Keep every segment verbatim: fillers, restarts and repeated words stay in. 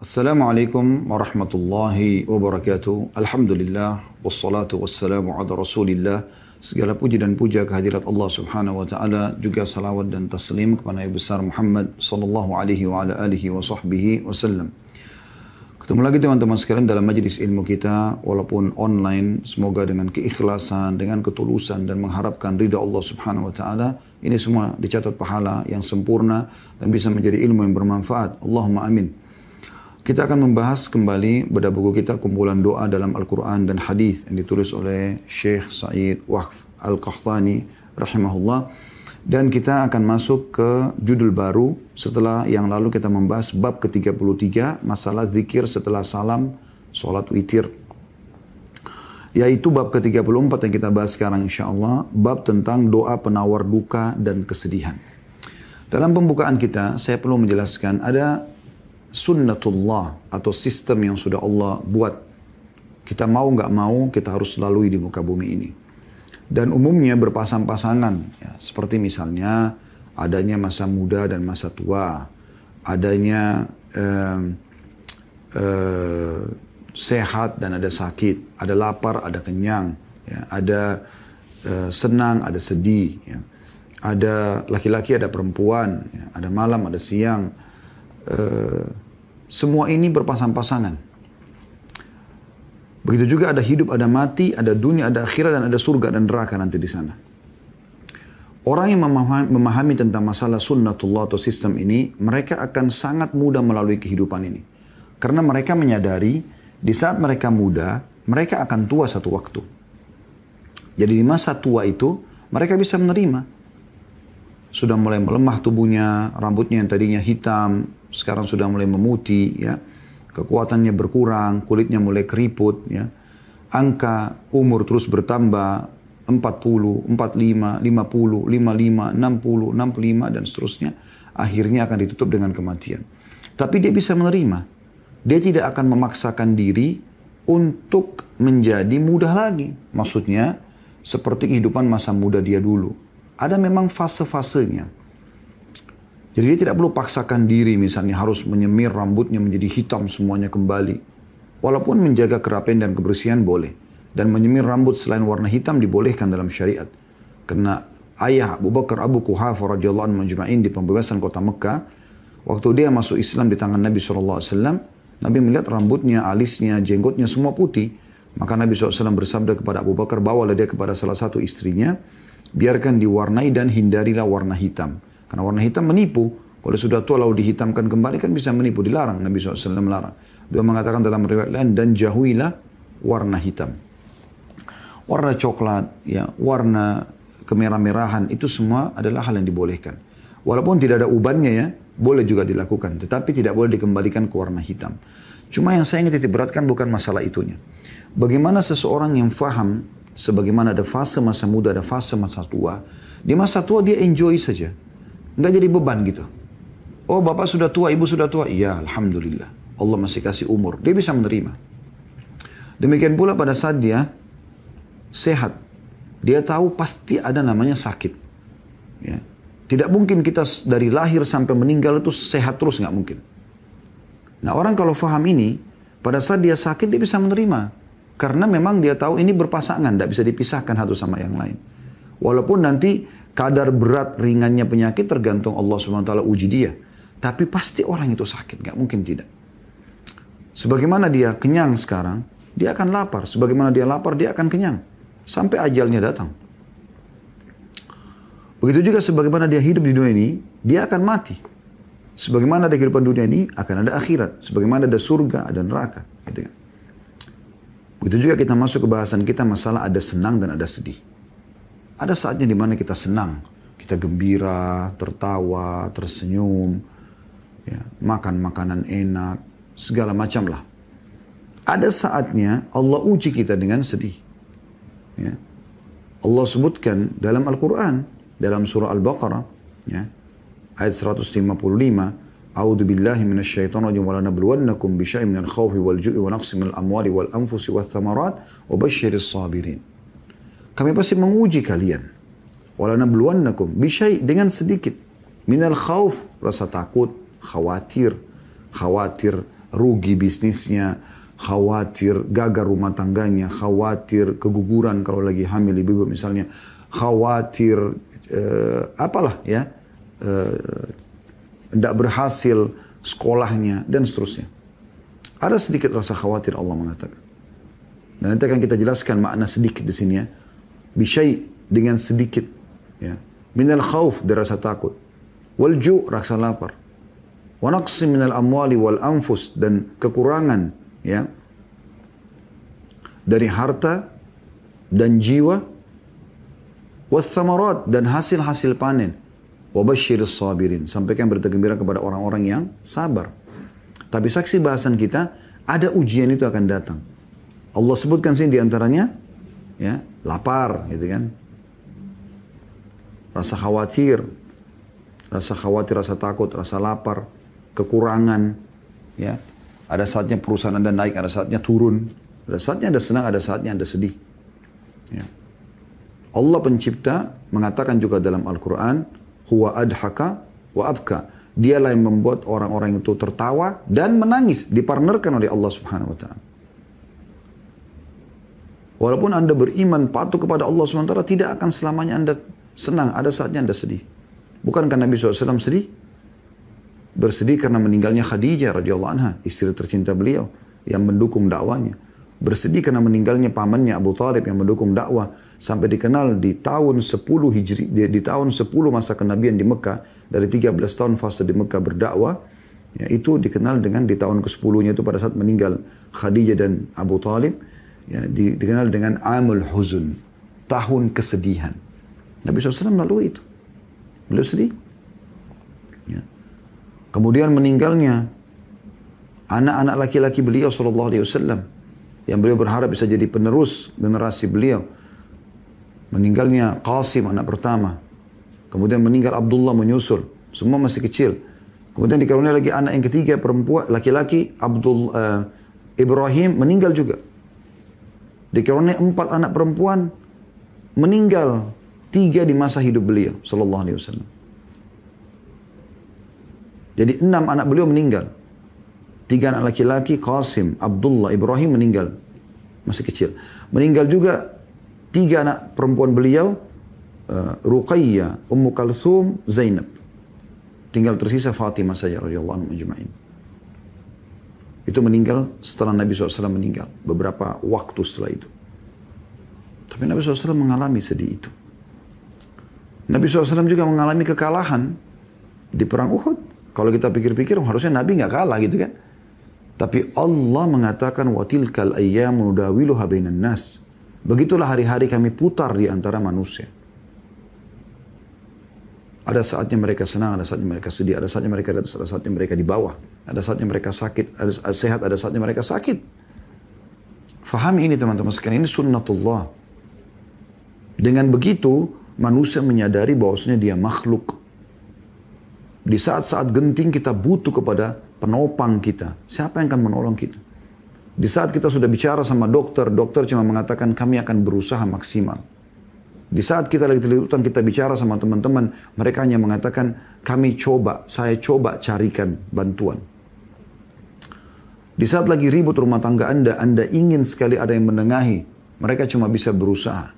Assalamualaikum warahmatullahi wabarakatuh. Alhamdulillah wassalatu wassalamu ala Rasulillah. Segala puji dan puja kehadirat Allah Subhanahu wa taala, juga salawat dan taslim kepada Nabi besar Muhammad sallallahu alaihi wa ala alihi wa sahbihi wasallam. Ketemu lagi teman-teman sekalian dalam majlis ilmu kita walaupun online, semoga dengan keikhlasan, dengan ketulusan dan mengharapkan ridha Allah Subhanahu wa taala, ini semua dicatat pahala yang sempurna dan bisa menjadi ilmu yang bermanfaat. Allahumma amin. Kita akan membahas kembali pada buku kita kumpulan doa dalam Al-Quran dan Hadis yang ditulis oleh Syekh Sa'id Waqf Al-Qahtani rahimahullah. Dan kita akan masuk ke judul baru setelah yang lalu kita membahas bab ke tiga puluh tiga, masalah zikir setelah salam sholat witir. Yaitu bab ke tiga puluh empat yang kita bahas sekarang insyaAllah, bab tentang doa penawar duka dan kesedihan. Dalam pembukaan kita, saya perlu menjelaskan ada sunnatullah atau sistem yang sudah Allah buat. Kita mau nggak mau kita harus lalui di muka bumi ini. Dan umumnya berpasang-pasangan. Ya, seperti misalnya adanya masa muda dan masa tua. Adanya eh, eh, sehat dan ada sakit. Ada lapar, ada kenyang. Ya, ada eh, senang, ada sedih. Ya. Ada laki-laki, ada perempuan. Ya. Ada malam, ada siang. Uh, semua ini berpasang-pasangan. Begitu juga ada hidup, ada mati, ada dunia, ada akhirat, dan ada surga dan neraka nanti di sana. Orang yang memahami, memahami tentang masalah sunnatullah atau sistem ini, mereka akan sangat mudah melalui kehidupan ini. Karena mereka menyadari di saat mereka muda, mereka akan tua satu waktu. Jadi di masa tua itu mereka bisa menerima. Sudah mulai melemah tubuhnya, rambutnya yang tadinya hitam sekarang sudah mulai memutih, ya. Kekuatannya berkurang, kulitnya mulai keriput, ya. Angka umur terus bertambah, empat puluh, empat puluh lima, lima puluh, lima puluh lima, enam puluh, enam puluh lima dan seterusnya. Akhirnya akan ditutup dengan kematian. Tapi dia bisa menerima. Dia tidak akan memaksakan diri untuk menjadi muda lagi. Maksudnya seperti kehidupan masa muda dia dulu. Ada memang fase-fasenya. Jadi dia tidak perlu paksakan diri misalnya harus menyemir rambutnya menjadi hitam semuanya kembali. Walaupun menjaga kerapian dan kebersihan boleh. Dan menyemir rambut selain warna hitam dibolehkan dalam syariat. Karena ayah Abu Bakar Abu Quhafah radhiyallahu anhu majma'in di pembebasan kota Mekah. Waktu dia masuk Islam di tangan Nabi shallallahu alaihi wasallam. Nabi melihat rambutnya, alisnya, jenggotnya semua putih. Maka Nabi shallallahu alaihi wasallam bersabda kepada Abu Bakar, bawalah dia kepada salah satu istrinya. Biarkan diwarnai dan hindarilah warna hitam. Karena warna hitam menipu. Kalau sudah tua lalu dihitamkan kembali kan bisa menipu. Dilarang. Nabi shallallahu alaihi wasallam melarang. Beliau mengatakan dalam riwayat lain, dan jauhilah warna hitam. Warna coklat, ya, warna kemerah-merahan, itu semua adalah hal yang dibolehkan. Walaupun tidak ada ubannya ya, boleh juga dilakukan. Tetapi tidak boleh dikembalikan ke warna hitam. Cuma yang saya ingin titik beratkan bukan masalah itunya. Bagaimana seseorang yang faham, sebagaimana ada fase masa muda, ada fase masa tua. Di masa tua dia enjoy saja. Nggak jadi beban gitu. Oh bapak sudah tua, ibu sudah tua. Iya alhamdulillah. Allah masih kasih umur. Dia bisa menerima. Demikian pula pada saat dia sehat. Dia tahu pasti ada namanya sakit. Ya. Tidak mungkin kita dari lahir sampai meninggal itu sehat terus. Nggak mungkin. Nah orang kalau faham ini, pada saat dia sakit dia bisa menerima. Karena memang dia tahu ini berpasangan. Tidak bisa dipisahkan satu sama yang lain. Walaupun nanti kadar berat ringannya penyakit tergantung Allah subhanahu wa taala uji dia. Tapi pasti orang itu sakit, nggak mungkin tidak. Sebagaimana dia kenyang sekarang, dia akan lapar. Sebagaimana dia lapar, dia akan kenyang. Sampai ajalnya datang. Begitu juga sebagaimana dia hidup di dunia ini, dia akan mati. Sebagaimana ada kehidupan dunia ini, akan ada akhirat. Sebagaimana ada surga, ada neraka. Gitu kan. Begitu juga kita masuk ke bahasan kita masalah ada senang dan ada sedih. Ada saatnya di mana kita senang, kita gembira, tertawa, tersenyum, ya, makan makanan enak, segala macam lah. Ada saatnya Allah uji kita dengan sedih. Ya. Allah sebutkan dalam Al-Quran, dalam surah Al-Baqarah, ya, ayat seratus lima puluh lima, A'udzu billahi minasyaitonir rajim wa lanabluwannakum bisyai'in minal khaufi wal ju'i wa naqsin minal amwali wal anfusi wath thamarat wa basyiris sabirin. Kami pasti menguji kalian. Walanabluwannakum bisyai' dengan sedikit minal khauf, rasa takut, khawatir, khawatir rugi bisnisnya, khawatir gagal rumah tangganya, khawatir keguguran kalau lagi hamil ibu-ibu misalnya, khawatir eh, apalah ya, tidak eh, berhasil sekolahnya dan seterusnya. Ada sedikit rasa khawatir Allah mengatakan. Dan nanti akan kita jelaskan makna sedikit di sini ya. Bisyai dengan sedikit ya. Minal khauf dari rasa takut. Wal ju' rasa lapar. Wa naqsi minal amwali wal anfus dan kekurangan ya. Dari harta dan jiwa. Wath thamarat dan hasil-hasil panen. Wa basyiris sabirin. Sampaikan berita gembira kepada orang-orang yang sabar. Tapi saksi bahasan kita, ada ujian itu akan datang. Allah sebutkan sini diantaranya, ya, lapar, gitu kan. Rasa khawatir, rasa khawatir, rasa takut, rasa lapar, kekurangan, ya. Ada saatnya perusahaan Anda naik, ada saatnya turun. Ada saatnya Anda senang, ada saatnya Anda sedih. Ya. Allah pencipta mengatakan juga dalam Al-Quran, huwa adhaka wa abka. Dialah yang membuat orang-orang itu tertawa dan menangis. Dipartnerkan oleh Allah subhanahu wa ta'ala. Walaupun Anda beriman patuh kepada Allah subhanahu wa ta'ala, tidak akan selamanya Anda senang. Ada saatnya Anda sedih. Bukankah Nabi shallallahu alaihi wasallam sedih? Bersedih karena meninggalnya Khadijah radhiyallahu anha, istri tercinta beliau yang mendukung dakwanya. Bersedih karena meninggalnya pamannya Abu Talib yang mendukung dakwah. Sampai dikenal di tahun sepuluh Hijri, di, di tahun sepuluh masa kenabian di Mekah, dari tiga belas tahun fase di Mekah berdakwah, ya, itu dikenal dengan di tahun kesepuluhnya itu pada saat meninggal Khadijah dan Abu Talib, ya, di, dikenal dengan Amul Huzun, tahun kesedihan. Nabi shallallahu alaihi wasallam melalui itu. Beliau sedih. Ya. Kemudian meninggalnya anak-anak laki-laki beliau shallallahu alaihi wasallam, yang beliau berharap bisa jadi penerus generasi beliau. Meninggalnya Qasim anak pertama. Kemudian meninggal Abdullah menyusul. Semua masih kecil. Kemudian dikaruniai lagi anak yang ketiga perempuan laki-laki Abdul uh, Ibrahim meninggal juga. Dikaruniai empat anak perempuan meninggal, tiga di masa hidup beliau sallallahu alaihi wasallam. Jadi enam anak beliau meninggal. Tiga anak laki-laki Qasim, Abdullah, Ibrahim meninggal masih kecil. Meninggal juga tiga anak perempuan beliau, uh, Ruqayyah, Ummu Kalthum, Zainab. Tinggal tersisa Fatimah saja radhiyallahu anhu ajma'in. Itu meninggal setelah Nabi shallallahu alaihi wasallam meninggal. Beberapa waktu setelah itu. Tapi Nabi shallallahu alaihi wasallam mengalami sedih itu. Nabi shallallahu alaihi wasallam juga mengalami kekalahan di perang Uhud. Kalau kita pikir-pikir harusnya Nabi nggak kalah gitu kan. Tapi Allah mengatakan watilkal ayyamu nudawiluha bainan nas. Begitulah hari-hari kami putar di antara manusia. Ada saatnya mereka senang, ada saatnya mereka sedih, ada saatnya mereka di atas, ada saatnya mereka di bawah. Ada saatnya mereka sakit, ada sehat, ada saatnya mereka sakit. Fahami ini teman-teman sekalian, ini sunnatullah. Dengan begitu, manusia menyadari bahwasanya dia makhluk. Di saat-saat genting kita butuh kepada penopang kita. Siapa yang akan menolong kita? Di saat kita sudah bicara sama dokter, dokter cuma mengatakan kami akan berusaha maksimal. Di saat kita lagi terlibutan, kita bicara sama teman-teman, mereka hanya mengatakan kami coba, saya coba carikan bantuan. Di saat lagi ribut rumah tangga Anda, Anda ingin sekali ada yang menengahi, mereka cuma bisa berusaha.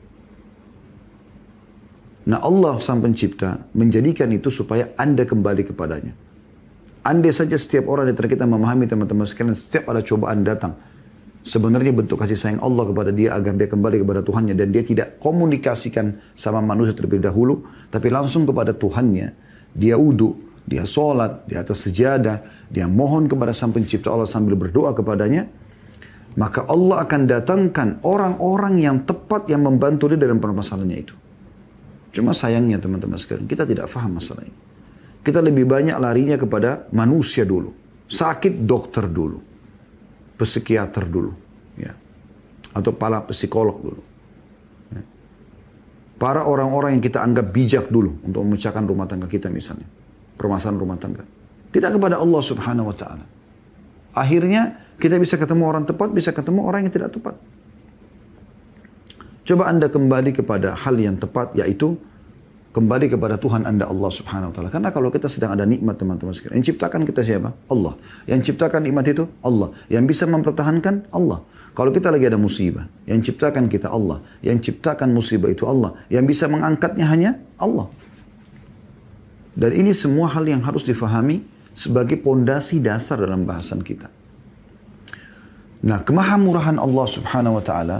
Nah Allah sang pencipta menjadikan itu supaya Anda kembali kepadanya. Andai saja setiap orang di antara kita memahami teman-teman sekalian, setiap ada cobaan datang, sebenarnya bentuk kasih sayang Allah kepada dia agar dia kembali kepada Tuhannya dan dia tidak komunikasikan sama manusia terlebih dahulu, tapi langsung kepada Tuhannya. Dia wudu, dia sholat di atas sejadah, dia mohon kepada sang pencipta Allah sambil berdoa kepadanya, maka Allah akan datangkan orang-orang yang tepat yang membantu dia dalam permasalahannya itu. Cuma sayangnya teman-teman sekalian, kita tidak faham masalah ini. Kita lebih banyak larinya kepada manusia dulu. Sakit dokter dulu. Psikiater dulu. Ya. Atau para psikolog dulu. Ya. Para orang-orang yang kita anggap bijak dulu untuk memecahkan rumah tangga kita misalnya. Permasalahan rumah tangga. Tidak kepada Allah subhanahu wa ta'ala. Akhirnya kita bisa ketemu orang tepat, bisa ketemu orang yang tidak tepat. Coba Anda kembali kepada hal yang tepat, yaitu kembali kepada Tuhan Anda Allah Subhanahu wa taala. Karena kalau kita sedang ada nikmat teman-teman sekalian, yang ciptakan kita siapa? Allah. Yang ciptakan nikmat itu Allah. Yang bisa mempertahankan Allah. Kalau kita lagi ada musibah, yang ciptakan kita Allah. Yang ciptakan musibah itu Allah. Yang bisa mengangkatnya hanya Allah. Dan ini semua hal yang harus difahami sebagai pondasi dasar dalam bahasan kita. Nah, kemahamurahan Allah Subhanahu wa taala,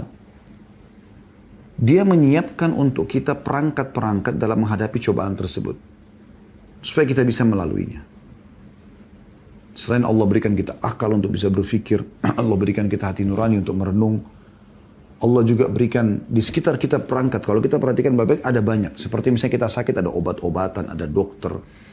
Dia menyiapkan untuk kita perangkat-perangkat dalam menghadapi cobaan tersebut. Supaya kita bisa melaluinya. Selain Allah berikan kita akal untuk bisa berpikir, Allah berikan kita hati nurani untuk merenung, Allah juga berikan di sekitar kita perangkat. Kalau kita perhatikan baik-baik ada banyak. Seperti misalnya kita sakit ada obat-obatan, ada dokter.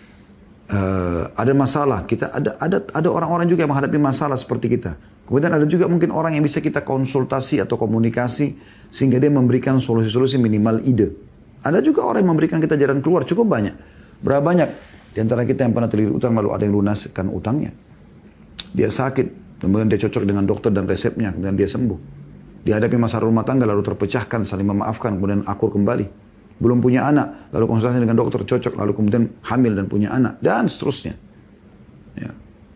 Uh, ada masalah, kita ada ada ada orang-orang juga yang menghadapi masalah seperti kita. Kemudian ada juga mungkin orang yang bisa kita konsultasi atau komunikasi sehingga dia memberikan solusi-solusi minimal ide. Ada juga orang yang memberikan kita jalan keluar cukup banyak. Berapa banyak di antara kita yang pernah terlilit utang lalu ada yang lunaskan utangnya. Dia sakit, kemudian dia cocok dengan dokter dan resepnya, kemudian dia sembuh. Dihadapi masalah rumah tangga lalu terpecahkan, saling memaafkan, kemudian akur kembali. Belum punya anak, lalu konsultasi dengan dokter cocok, lalu kemudian hamil dan punya anak, dan seterusnya. Ya.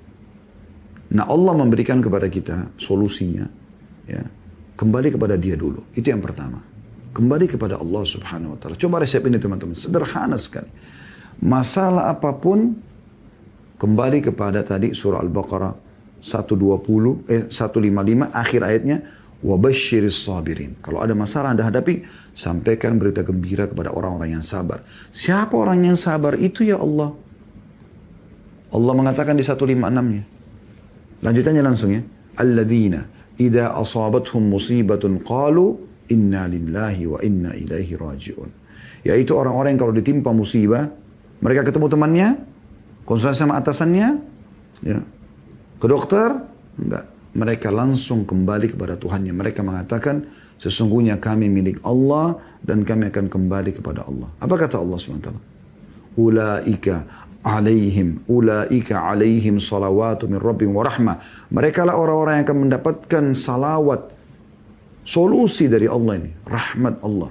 Nah Allah memberikan kepada kita solusinya, ya, kembali kepada Dia dulu. Itu yang pertama. Kembali kepada Allah Subhanahu wa taala. Coba resep ini teman-teman, sederhana sekali. Masalah apapun, kembali kepada tadi surah Al-Baqarah seratus dua puluh, eh, seratus lima puluh lima, akhir ayatnya, wabashiris sabirin. Kalau ada masalah Anda hadapi, sampaikan berita gembira kepada orang-orang yang sabar. Siapa orang yang sabar? Itu ya Allah. Allah mengatakan di seratus lima puluh enam-nya. Lanjutannya langsung ya. Alladzina idza asabathum musibatun qalu inna lillahi wa inna ilaihi raji'un. Yaitu orang-orang yang kalau ditimpa musibah, mereka ketemu temannya, konsultasi sama atasannya, ya, ke dokter, enggak. Mereka langsung kembali kepada Tuhannya. Mereka mengatakan, sesungguhnya kami milik Allah dan kami akan kembali kepada Allah. Apa kata Allah subhanahu wa taala? Ulaika alaihim, ulaika alaihim salawatu min rabbihim wa rahmah. Mereka lah orang-orang yang akan mendapatkan salawat, solusi dari Allah ini, rahmat Allah.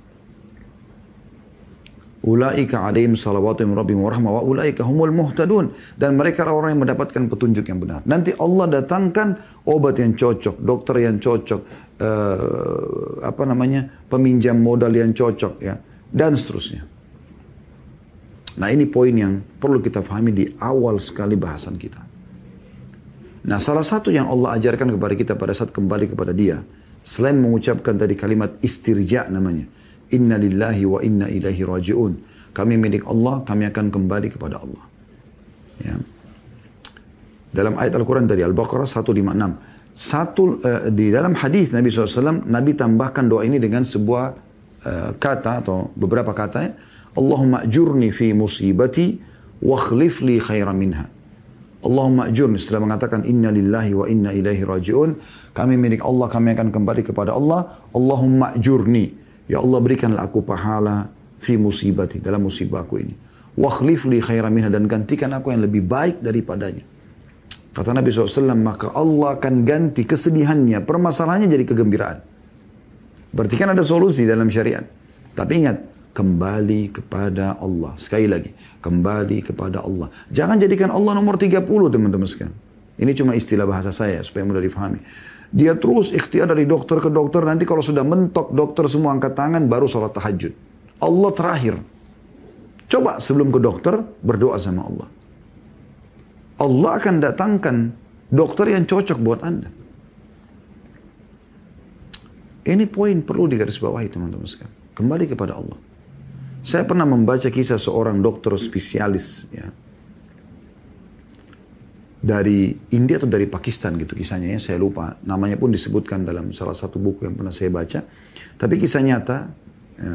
Ulaika alaihim salawatu min rabbihim wa rahmah wa ulaika humul muhtadun. Dan mereka lah orang yang mendapatkan petunjuk yang benar. Nanti Allah datangkan obat yang cocok, dokter yang cocok, uh, apa namanya, peminjam modal yang cocok, ya, dan seterusnya. Nah ini poin yang perlu kita pahami di awal sekali bahasan kita. Nah salah satu yang Allah ajarkan kepada kita pada saat kembali kepada Dia, selain mengucapkan tadi kalimat istirja namanya, inna lillahi wa inna ilaihi raji'un. Kami milik Allah, kami akan kembali kepada Allah. Ya. Dalam ayat Al-Quran dari Al-Baqarah seratus lima puluh enam. Satu, uh, di dalam hadis Nabi shallallahu alaihi wasallam, Nabi tambahkan doa ini dengan sebuah uh, kata atau beberapa kata, ya. Allahumma ajurni fi musibati wa khlif li khairan minha. Allahumma ajurni, setelah mengatakan inna lillahi wa inna ilaihi raji'un, kami milik Allah, kami akan kembali kepada Allah. Allahumma ajurni, ya Allah berikanlah aku pahala fi musibati, dalam musibahku ini. Wa khlif li khairan minha, dan gantikan aku yang lebih baik daripadanya. Kata Nabi shallallahu alaihi wasallam, maka Allah akan ganti kesedihannya, permasalahannya jadi kegembiraan. Berarti kan ada solusi dalam syariat. Tapi ingat, kembali kepada Allah. Sekali lagi, kembali kepada Allah. Jangan jadikan Allah nomor tiga puluh teman-teman sekalian. Ini cuma istilah bahasa saya supaya mudah difahami. Dia terus ikhtiar dari dokter ke dokter, nanti kalau sudah mentok dokter semua angkat tangan baru sholat tahajud. Allah terakhir. Coba sebelum ke dokter berdoa sama Allah. Allah akan datangkan dokter yang cocok buat Anda. Ini poin perlu digarisbawahi teman-teman sekalian. Kembali kepada Allah. Saya pernah membaca kisah seorang dokter spesialis, ya, dari India atau dari Pakistan gitu kisahnya, ya, saya lupa. Namanya pun disebutkan dalam salah satu buku yang pernah saya baca. Tapi kisah nyata, ya,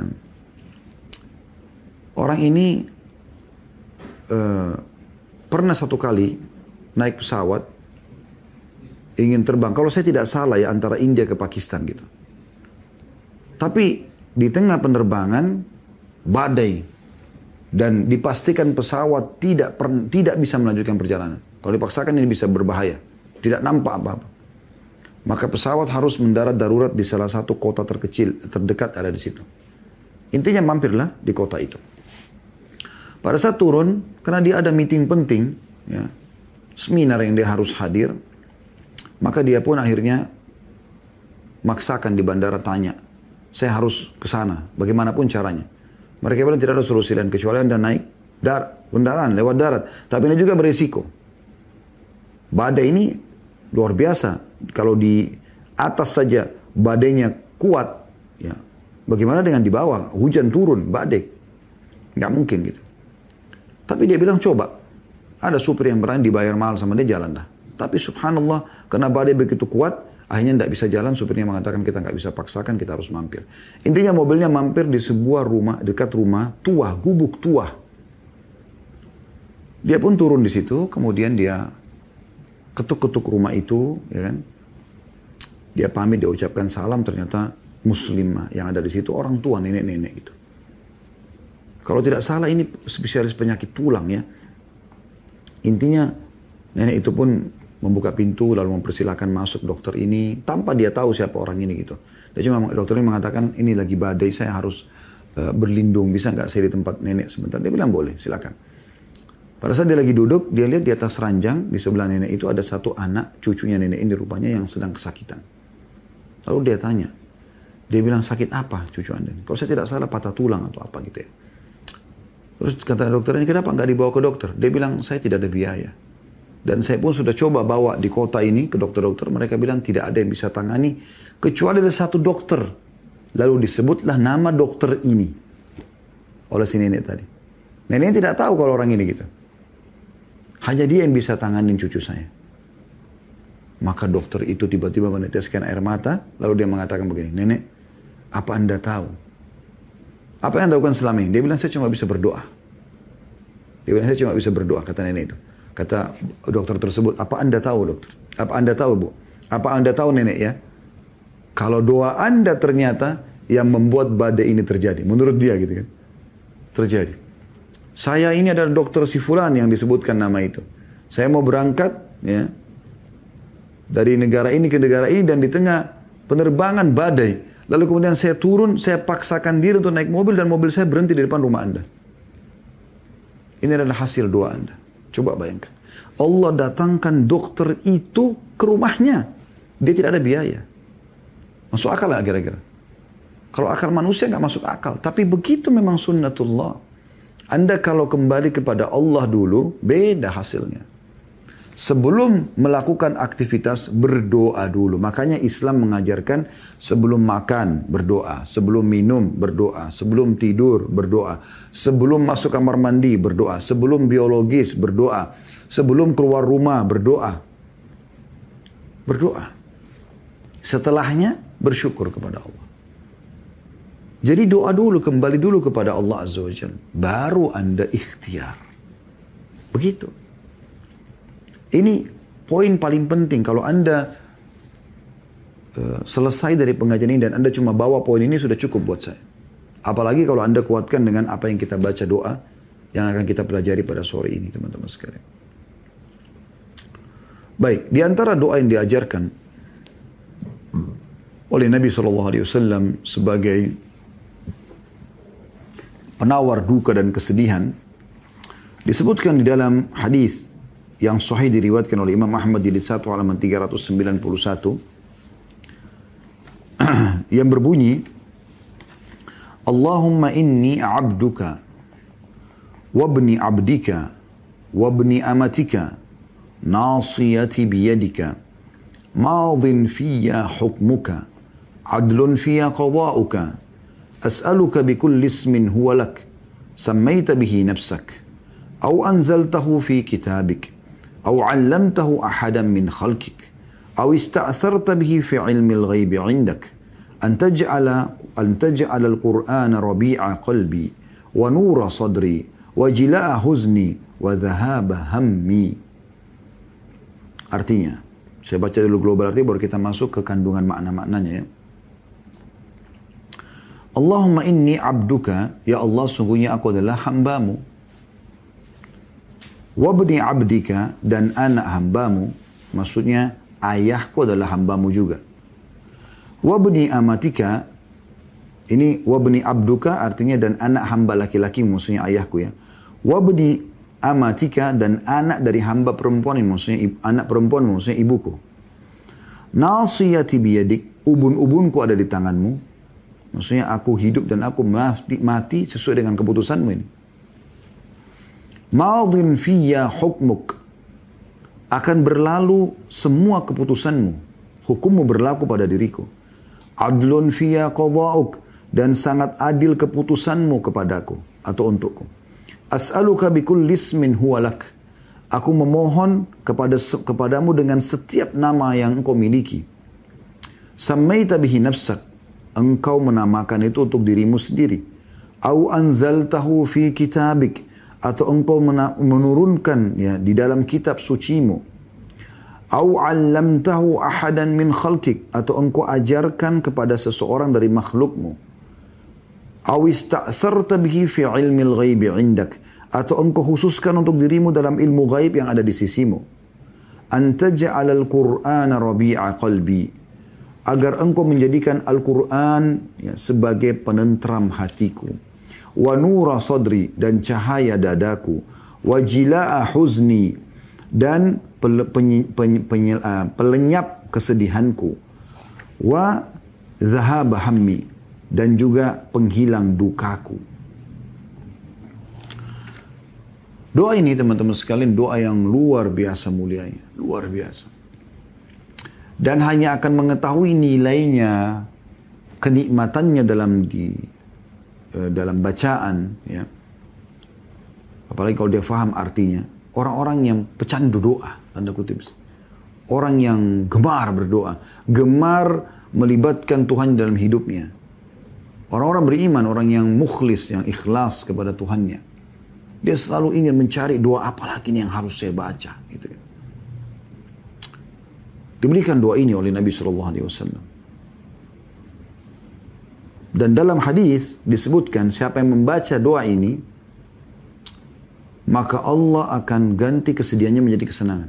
orang ini uh, pernah satu kali naik pesawat ingin terbang. Kalau saya tidak salah ya antara India ke Pakistan gitu. Tapi di tengah penerbangan badai dan dipastikan pesawat tidak per, tidak bisa melanjutkan perjalanan. Kalau dipaksakan ini bisa berbahaya. Tidak nampak apa-apa. Maka pesawat harus mendarat darurat di salah satu kota terkecil terdekat ada di situ. Intinya mampirlah di kota itu. Pada saat turun, karena dia ada meeting penting, ya, seminar yang dia harus hadir, maka dia pun akhirnya maksakan di bandara tanya, saya harus ke sana, bagaimanapun caranya. Mereka bilang tidak ada solusi lain kecuali Anda naik dar, kendaraan lewat darat. Tapi ini juga berisiko. Badai ini luar biasa. Kalau di atas saja badainya kuat, ya, bagaimana dengan di bawah? Hujan turun, badai. Nggak mungkin gitu. Tapi dia bilang coba. Ada supir yang berani dibayar mahal sama dia, jalan dah. Tapi subhanallah, karena badai begitu kuat, akhirnya tidak bisa jalan. Supirnya mengatakan kita nggak bisa paksakan, kita harus mampir. Intinya mobilnya mampir di sebuah rumah, dekat rumah tua, gubuk tua. Dia pun turun di situ, kemudian dia ketuk-ketuk rumah itu, ya kan? Dia pamit, dia ucapkan salam, ternyata muslimah yang ada di situ orang tua, nenek-nenek gitu. Kalau tidak salah ini spesialis penyakit tulang ya. Intinya nenek itu pun membuka pintu lalu mempersilahkan masuk dokter ini tanpa dia tahu siapa orang ini gitu. Dia cuma dokter ini mengatakan ini lagi badai, saya harus uh, berlindung, bisa nggak saya di tempat nenek sebentar? Dia bilang boleh, silakan. Pada saat dia lagi duduk, dia lihat di atas ranjang di sebelah nenek itu ada satu anak cucunya nenek ini rupanya yang sedang kesakitan. Lalu dia tanya, dia bilang sakit apa cucu anda? Kalau saya tidak salah patah tulang atau apa gitu ya. Terus kata dokter ini kenapa nggak dibawa ke dokter? Dia bilang saya tidak ada biaya. Dan saya pun sudah coba bawa di kota ini ke dokter-dokter. Mereka bilang tidak ada yang bisa tangani. Kecuali ada satu dokter. Lalu disebutlah nama dokter ini. Oleh si nenek tadi. Nenek tidak tahu kalau orang ini gitu. Hanya dia yang bisa tanganin cucu saya. Maka dokter itu tiba-tiba meneteskan air mata. Lalu dia mengatakan begini. Nenek, apa anda tahu? Apa yang anda lakukan selama ini? Dia bilang saya cuma bisa berdoa. Dia bilang saya cuma bisa berdoa, kata nenek itu. Kata dokter tersebut, apa anda tahu dokter? Apa anda tahu bu? Apa anda tahu nenek ya? Kalau doa anda ternyata yang membuat badai ini terjadi. Menurut dia gitu kan. Terjadi. Saya ini adalah dokter si fulan yang disebutkan nama itu. Saya mau berangkat ya dari negara ini ke negara ini dan di tengah penerbangan badai. Lalu kemudian saya turun, saya paksakan diri untuk naik mobil dan mobil saya berhenti di depan rumah anda. Ini adalah hasil doa anda. Coba bayangkan. Allah datangkan dokter itu ke rumahnya. Dia tidak ada biaya. Masuk akal lah kira-kira. Kalau akal manusia nggak masuk akal. Tapi begitu memang sunnatullah. Anda kalau kembali kepada Allah dulu, beda hasilnya. Sebelum melakukan aktivitas, berdoa dulu. Makanya Islam mengajarkan sebelum makan, berdoa. Sebelum minum, berdoa. Sebelum tidur, berdoa. Sebelum masuk kamar mandi, berdoa. Sebelum biologis, berdoa. Sebelum keluar rumah, berdoa. Berdoa. Setelahnya, bersyukur kepada Allah. Jadi doa dulu, kembali dulu kepada Allah Azza wa Jalla. Baru Anda ikhtiar. Begitu. Ini poin paling penting. Kalau Anda uh, selesai dari pengajian ini dan Anda cuma bawa poin ini sudah cukup buat saya. Apalagi kalau Anda kuatkan dengan apa yang kita baca doa yang akan kita pelajari pada sore ini teman-teman sekalian. Baik, di antara doa yang diajarkan oleh Nabi shallallahu alaihi wasallam sebagai penawar duka dan kesedihan disebutkan di dalam hadis yang sahih diriwayatkan oleh Imam Ahmad jilid satu halaman tiga ratus sembilan puluh satu yang berbunyi Allahumma inni abduka wabni abdika wabni amatika nasiyati biyadika madin fiyya hukmuka adlun fiyya qada'uka as'aluka bikulli ismin huwa lak sammaita bihi nafsak aw anzaltahu fi kitabik أو علمته أحدا من خلقك أو استأثرت به في علم الغيب عندك أن تجعل أن تجعل القرآن ربيع قلبي ونور صدري وجلاء حزني وذهاب همي. Artinya, saya baca dulu global arti baru kita masuk ke kandungan makna-maknanya ya. Allahumma inni abduka, ya Allah sungguhnya aku adalah hambamu. Wabni abdika, dan anak hambamu, maksudnya ayahku adalah hambamu juga. Wabni amatika, ini wabni abduka artinya dan anak hamba laki-laki, maksudnya ayahku ya. Wabdi amatika, dan anak dari hamba perempuan, maksudnya anak perempuan, maksudnya ibuku. Nasiyati biyadik, ubun-ubunku ada di tanganmu. Maksudnya aku hidup dan aku mati, mati sesuai dengan keputusanmu ini. Madhin fiyya hukmuk, akan berlalu semua keputusanmu. Hukummu berlaku pada diriku. Adlun fiyya qada'uk, dan sangat adil keputusanmu kepadaku atau untukku. As'aluka bikulli ismin huwa lak, aku memohon kepada kepadamu dengan setiap nama yang engkau miliki. Sammaita bihi nafsak, engkau menamakan itu untuk dirimu sendiri. Au anzaltahu fi kitabik, atau engkau menurunkan ya di dalam kitab sucimu. Au 'allamtahu ahadan min khalqik, atau engkau ajarkan kepada seseorang dari makhlukmu. Au ista'tharta bihi fi 'ilmil ghaibi 'indak, atau engkau khususkan untuk dirimu dalam ilmu ghaib yang ada di sisimu. An taj'alal Qur'ana rabi'a qalbi, agar engkau menjadikan Al-Qur'an ya, sebagai penentram hatiku. Wa nura sadri, dan cahaya dadaku. Wa jila'a huzni, dan pel, pen, pen, pen, uh, pelenyap kesedihanku. Wa dhahaba hammi, dan juga penghilang dukaku. Doa ini teman-teman sekalian, doa yang luar biasa mulianya, luar biasa. Dan hanya akan mengetahui nilainya, kenikmatannya dalam di dalam bacaan, ya. Apalagi kalau dia faham artinya. Orang-orang yang pecandu doa, tanda kutip. Orang yang gemar berdoa, gemar melibatkan Tuhan dalam hidupnya. Orang-orang beriman, orang yang mukhlis, yang ikhlas kepada Tuhannya. Dia selalu ingin mencari doa apa lagi nih yang harus saya baca. Gitu. Diberikan doa ini oleh Nabi shallallahu alaihi wasallam. Dan dalam hadis disebutkan siapa yang membaca doa ini, maka Allah akan ganti kesedihannya menjadi kesenangan.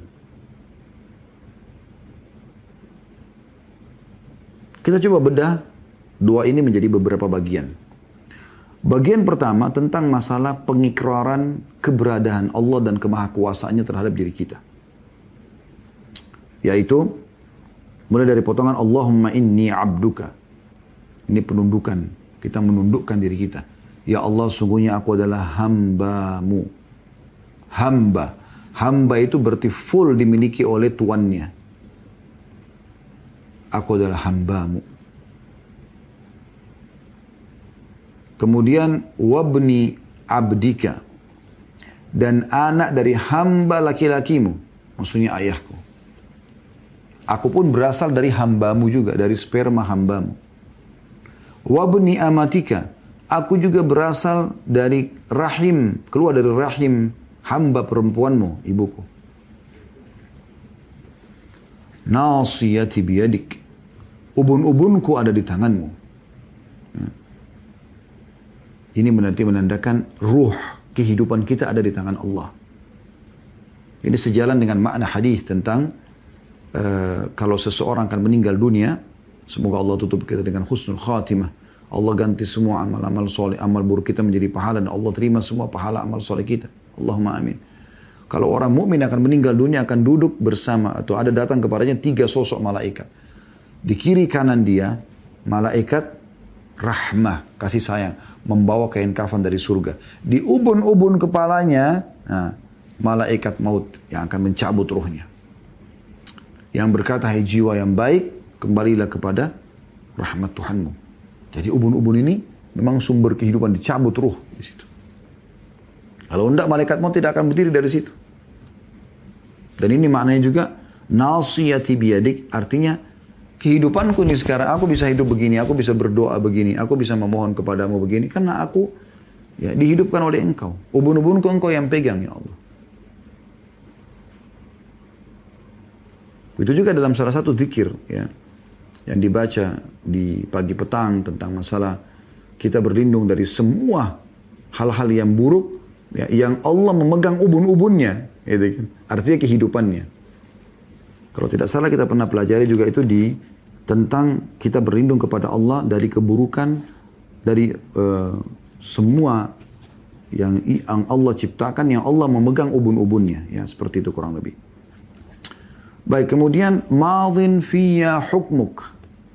Kita coba bedah doa ini menjadi beberapa bagian. Bagian pertama tentang masalah pengikraran keberadaan Allah dan kemahakuasaannya terhadap diri kita. Yaitu, mulai dari potongan Allahumma inni abduka. Ini penundukan. Kita menundukkan diri kita. Ya Allah, sungguhnya aku adalah hambamu. Hamba. Hamba itu berarti full dimiliki oleh tuannya. Aku adalah hambamu. Kemudian wabni abdika, dan anak dari hamba laki-lakimu, maksudnya ayahku. Aku pun berasal dari hambamu juga, dari sperma hambamu. Wabni amatika, aku juga berasal dari rahim, keluar dari rahim hamba perempuanmu, ibuku. Nasiyati biyadik, ubun-ubunku ada di tanganmu. Ini berarti menandakan ruh kehidupan kita ada di tangan Allah. Ini sejalan dengan makna hadis tentang uh, kalau seseorang akan meninggal dunia, semoga Allah tutup kita dengan husnul khatimah. Allah ganti semua amal-amal soleh, amal buruk kita menjadi pahala, dan Allah terima semua pahala amal soleh kita. Allahumma amin. Kalau orang mukmin akan meninggal dunia, akan duduk bersama atau ada datang kepadanya tiga sosok malaikat. Di kiri kanan dia malaikat rahmah, kasih sayang, membawa kain kafan dari surga. Di ubun-ubun kepalanya, nah, malaikat maut yang akan mencabut ruhnya. Yang berkata, hai jiwa yang baik, kembalilah kepada rahmat Tuhanmu. Jadi ubun-ubun ini memang sumber kehidupan, dicabut ruh di situ. Kalau tidak, malaikat maut tidak akan berdiri dari situ. Dan ini maknanya juga nasiyati biyadik, artinya kehidupanku ini sekarang, aku bisa hidup begini, aku bisa berdoa begini, aku bisa memohon kepadamu begini, karena aku ya, dihidupkan oleh engkau. Ubun-ubunku engkau yang pegang, ya Allah. Itu juga dalam salah satu zikir ya, yang dibaca di pagi petang tentang masalah kita berlindung dari semua hal-hal yang buruk ya, yang Allah memegang ubun-ubunnya, gitu. Artinya kehidupannya. Kalau tidak salah kita pernah pelajari juga itu di tentang kita berlindung kepada Allah dari keburukan, dari uh, semua yang yang Allah ciptakan, yang Allah memegang ubun-ubunnya, ya seperti itu kurang lebih. Baik, kemudian madhin fiyya hukmuk.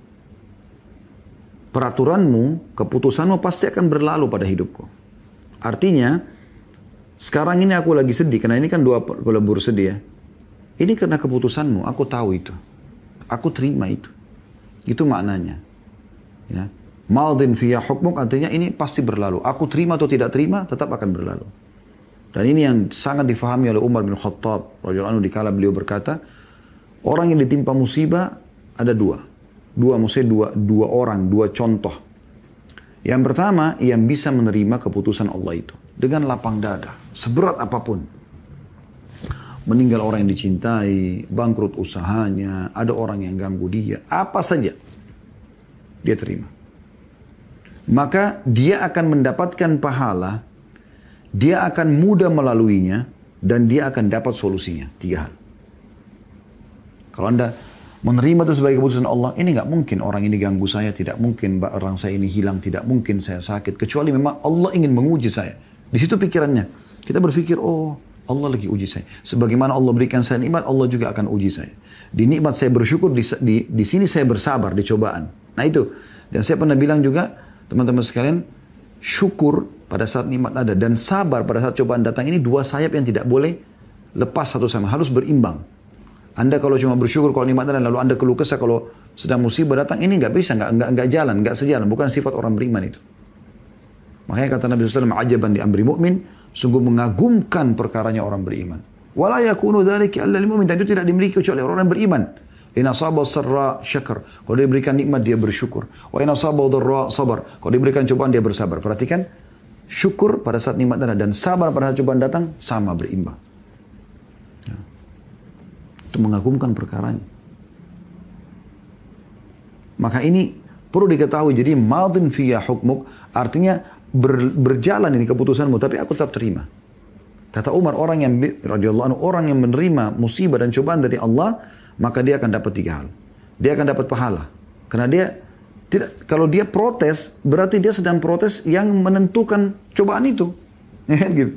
Peraturanmu, keputusanmu pasti akan berlalu pada hidupku. Artinya, sekarang ini aku lagi sedih, karena ini kan dua pelebur sedih ya. Ini karena keputusanmu, aku tahu itu. Aku terima itu. Itu maknanya. Ya. Madhin fiyya hukmuk artinya ini pasti berlalu. Aku terima atau tidak terima, tetap akan berlalu. Dan ini yang sangat difahami oleh Umar bin Khattab radhiyallahu anhu dikala beliau berkata, orang yang ditimpa musibah ada dua. Dua maksudnya dua, dua orang, dua contoh. Yang pertama, yang bisa menerima keputusan Allah itu. Dengan lapang dada, seberat apapun. Meninggal orang yang dicintai, bangkrut usahanya, ada orang yang ganggu dia, apa saja. Dia terima. Maka dia akan mendapatkan pahala, dia akan mudah melaluinya, dan dia akan dapat solusinya. Tiga hal. Kalau Anda menerima itu sebagai keputusan Allah, ini nggak mungkin orang ini ganggu saya, tidak mungkin orang saya ini hilang, tidak mungkin saya sakit, kecuali memang Allah ingin menguji saya. Di situ pikirannya. Kita berpikir, oh Allah lagi uji saya. Sebagaimana Allah berikan saya nikmat, Allah juga akan uji saya. Di nikmat saya bersyukur, di, di, di sini saya bersabar, di cobaan. Nah itu. Dan saya pernah bilang juga, teman-teman sekalian, syukur pada saat nikmat ada, dan sabar pada saat cobaan datang, ini dua sayap yang tidak boleh lepas satu sama, harus berimbang. Anda kalau cuma bersyukur kalau nikmat dan lalu Anda keluh kesah kalau sedang musibah datang, ini nggak bisa, nggak nggak nggak jalan, nggak sejalan, bukan sifat orang beriman itu. Makanya kata Nabi shallallahu alaihi wasallam, ajaban di amri mu'min, sungguh mengagumkan perkaranya orang beriman. Wala yakunu dzalika illa lil mu'min, dan itu tidak dimiliki kecuali orang yang beriman. In asaba sarra syakar, kalau dia berikan nikmat dia bersyukur. Wa in asaba dharra sabar, kalau diberikan cobaan dia bersabar. Perhatikan, syukur pada saat nikmat datang dan sabar pada saat cobaan datang sama berimbang. Itu mengagumkan perkaranya. Maka ini perlu diketahui. Jadi madhin fiyya hukmuk artinya ber, berjalan ini keputusanmu, tapi aku tetap terima. Kata Umar, orang yang radhiyallahu anhu, orang yang menerima musibah dan cobaan dari Allah, maka dia akan dapat tiga hal. Dia akan dapat pahala. Karena dia tidak, kalau dia protes, berarti dia sedang protes yang menentukan cobaan itu. Gitu.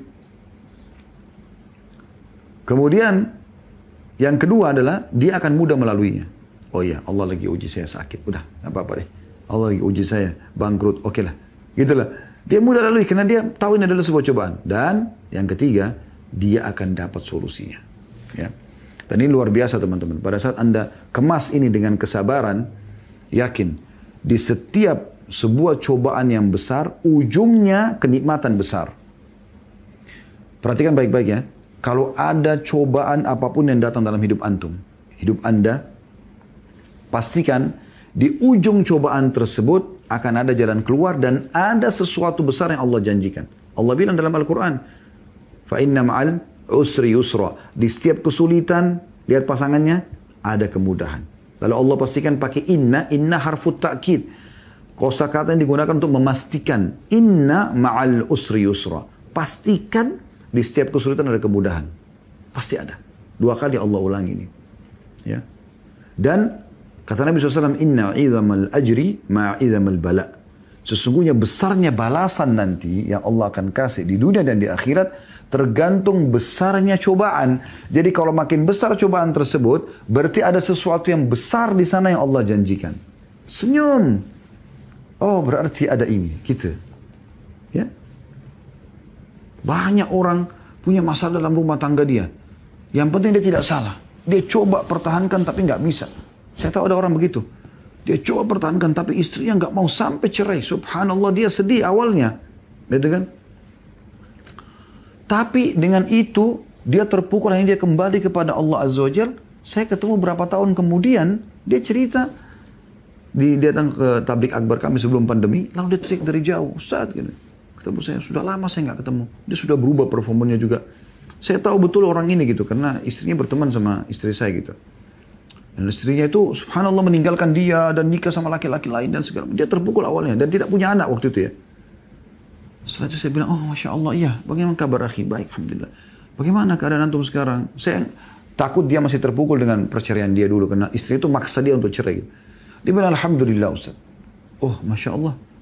Kemudian yang kedua adalah dia akan mudah melaluinya. Oh iya, Allah lagi uji saya sakit. Udah, gak apa-apa deh. Allah lagi uji saya bangkrut. Oke lah. Gitulah. Dia mudah lalui karena dia tahu ini adalah sebuah cobaan. Dan yang ketiga, dia akan dapat solusinya. Ya. Dan ini luar biasa teman-teman. Pada saat Anda kemas ini dengan kesabaran, yakin di setiap sebuah cobaan yang besar, ujungnya kenikmatan besar. Perhatikan baik-baik ya. Kalau ada cobaan apapun yang datang dalam hidup antum, hidup Anda, pastikan di ujung cobaan tersebut akan ada jalan keluar dan ada sesuatu besar yang Allah janjikan. Allah bilang dalam Al-Quran, fa inna ma'al usri yusra. Di setiap kesulitan, lihat pasangannya, ada kemudahan. Lalu Allah pastikan pakai inna, inna harfut ta'kid. Kosakata yang digunakan untuk memastikan, inna ma'al usri yusra. Pastikan di setiap kesulitan ada kemudahan. Pasti ada. Dua kali Allah ulangi ini. Ya. Dan kata Nabi shallallahu alaihi wasallam, inna idhamal ajri ma'idhamal bala. Sesungguhnya besarnya balasan nanti yang Allah akan kasih di dunia dan di akhirat tergantung besarnya cobaan. Jadi kalau makin besar cobaan tersebut, berarti ada sesuatu yang besar di sana yang Allah janjikan. Senyum. Oh, berarti ada ini. Gitu. Ya. Banyak orang punya masalah dalam rumah tangga dia. Yang penting dia tidak salah. Dia coba pertahankan tapi nggak bisa. Saya tahu ada orang begitu. Dia coba pertahankan tapi istrinya nggak mau sampai cerai. Subhanallah, dia sedih awalnya. Gitu kan? Tapi dengan itu dia terpukul, akhirnya dia kembali kepada Allah Azza wa Jalla. Saya ketemu berapa tahun kemudian, dia cerita, di, dia datang ke tablik akbar kami sebelum pandemi, lalu dia teriak dari jauh, Ustaz, gitu. Ketemu saya, sudah lama saya nggak ketemu. Dia sudah berubah performanya juga. Saya tahu betul orang ini gitu, karena istrinya berteman sama istri saya gitu. Dan istrinya itu subhanallah meninggalkan dia dan nikah sama laki-laki lain dan segala. Dia terpukul awalnya dan tidak punya anak waktu itu ya. Setelah itu saya bilang, oh Masya Allah, iya, bagaimana kabar akhi? Baik, Alhamdulillah. Bagaimana keadaan antum sekarang? Saya takut dia masih terpukul dengan perceraian dia dulu, karena istri itu maksa dia untuk cerai. Dia bilang, Alhamdulillah Ustaz. Oh Masya Allah,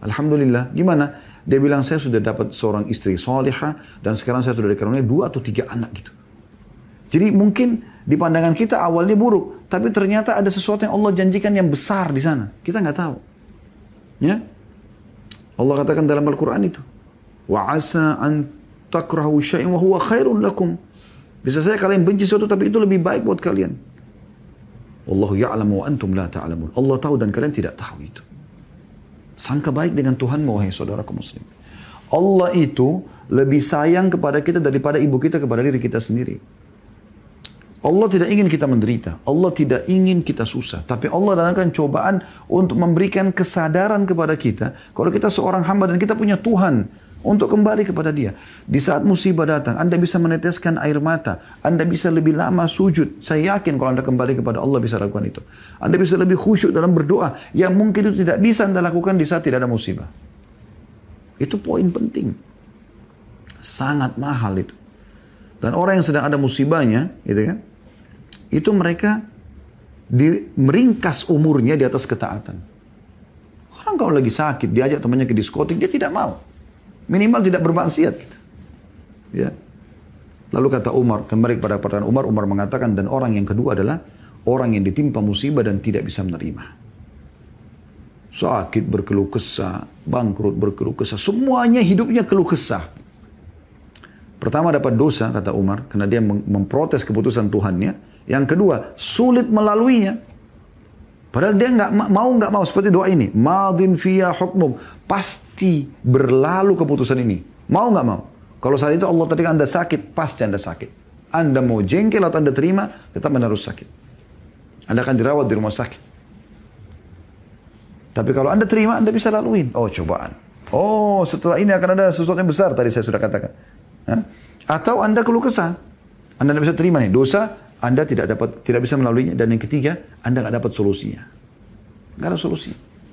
Alhamdulillah. Gimana? Dia bilang, saya sudah dapat seorang istri solihah dan sekarang saya sudah dikaruniai dua atau tiga anak gitu. Jadi mungkin di pandangan kita awalnya buruk, tapi ternyata ada sesuatu yang Allah janjikan yang besar di sana. Kita nggak tahu. Ya? Allah katakan dalam Al-Quran itu, wa asa an takrahu syai'an wa huwa khairun lakum. Bisa saya kalian benci sesuatu tapi itu lebih baik buat kalian. Wallahu ya'lamu wa antum la ta'lamun. Allah tahu dan kalian tidak tahu itu. Sangka baik dengan Tuhan, wahai saudaraku muslim. Allah itu lebih sayang kepada kita daripada ibu kita kepada diri kita sendiri. Allah tidak ingin kita menderita. Allah tidak ingin kita susah. Tapi Allah datangkan cobaan untuk memberikan kesadaran kepada kita. Kalau kita seorang hamba dan kita punya Tuhan, untuk kembali kepada Dia. Di saat musibah datang, Anda bisa meneteskan air mata. Anda bisa lebih lama sujud. Saya yakin kalau Anda kembali kepada Allah bisa lakukan itu. Anda bisa lebih khusyuk dalam berdoa. Yang mungkin itu tidak bisa Anda lakukan di saat tidak ada musibah. Itu poin penting. Sangat mahal itu. Dan orang yang sedang ada musibahnya, gitu kan, itu mereka di, meringkas umurnya di atas ketaatan. Orang kalau lagi sakit, diajak temannya ke diskotik, dia tidak mau. Minimal tidak bermaksiat. Gitu. Ya. Lalu kata Umar, kembali kepada perkataan Umar, Umar mengatakan, dan orang yang kedua adalah orang yang ditimpa musibah dan tidak bisa menerima. Sakit berkeluh kesah, bangkrut berkeluh kesah, semuanya hidupnya keluh kesah. Pertama dapat dosa, kata Umar, karena dia memprotes keputusan Tuhannya. Yang kedua, sulit melaluinya. Padahal dia nggak mau nggak mau seperti doa ini, madin fiya hukmuk, pasti berlalu keputusan ini. Mau nggak mau? Kalau saat itu Allah tadi Anda sakit, pasti Anda sakit. Anda mau jengkel atau Anda terima, tetap Anda harus sakit. Anda akan dirawat di rumah sakit. Tapi kalau Anda terima, Anda bisa laluin. Oh, cobaan. Oh, setelah ini akan ada sesuatu yang besar, tadi saya sudah katakan. Hah? Atau Anda keluh kesah. Anda tidak bisa terima nih, dosa, Anda tidak dapat, tidak bisa melaluinya. Dan yang ketiga, Anda nggak dapat solusinya. Nggak ada solusi.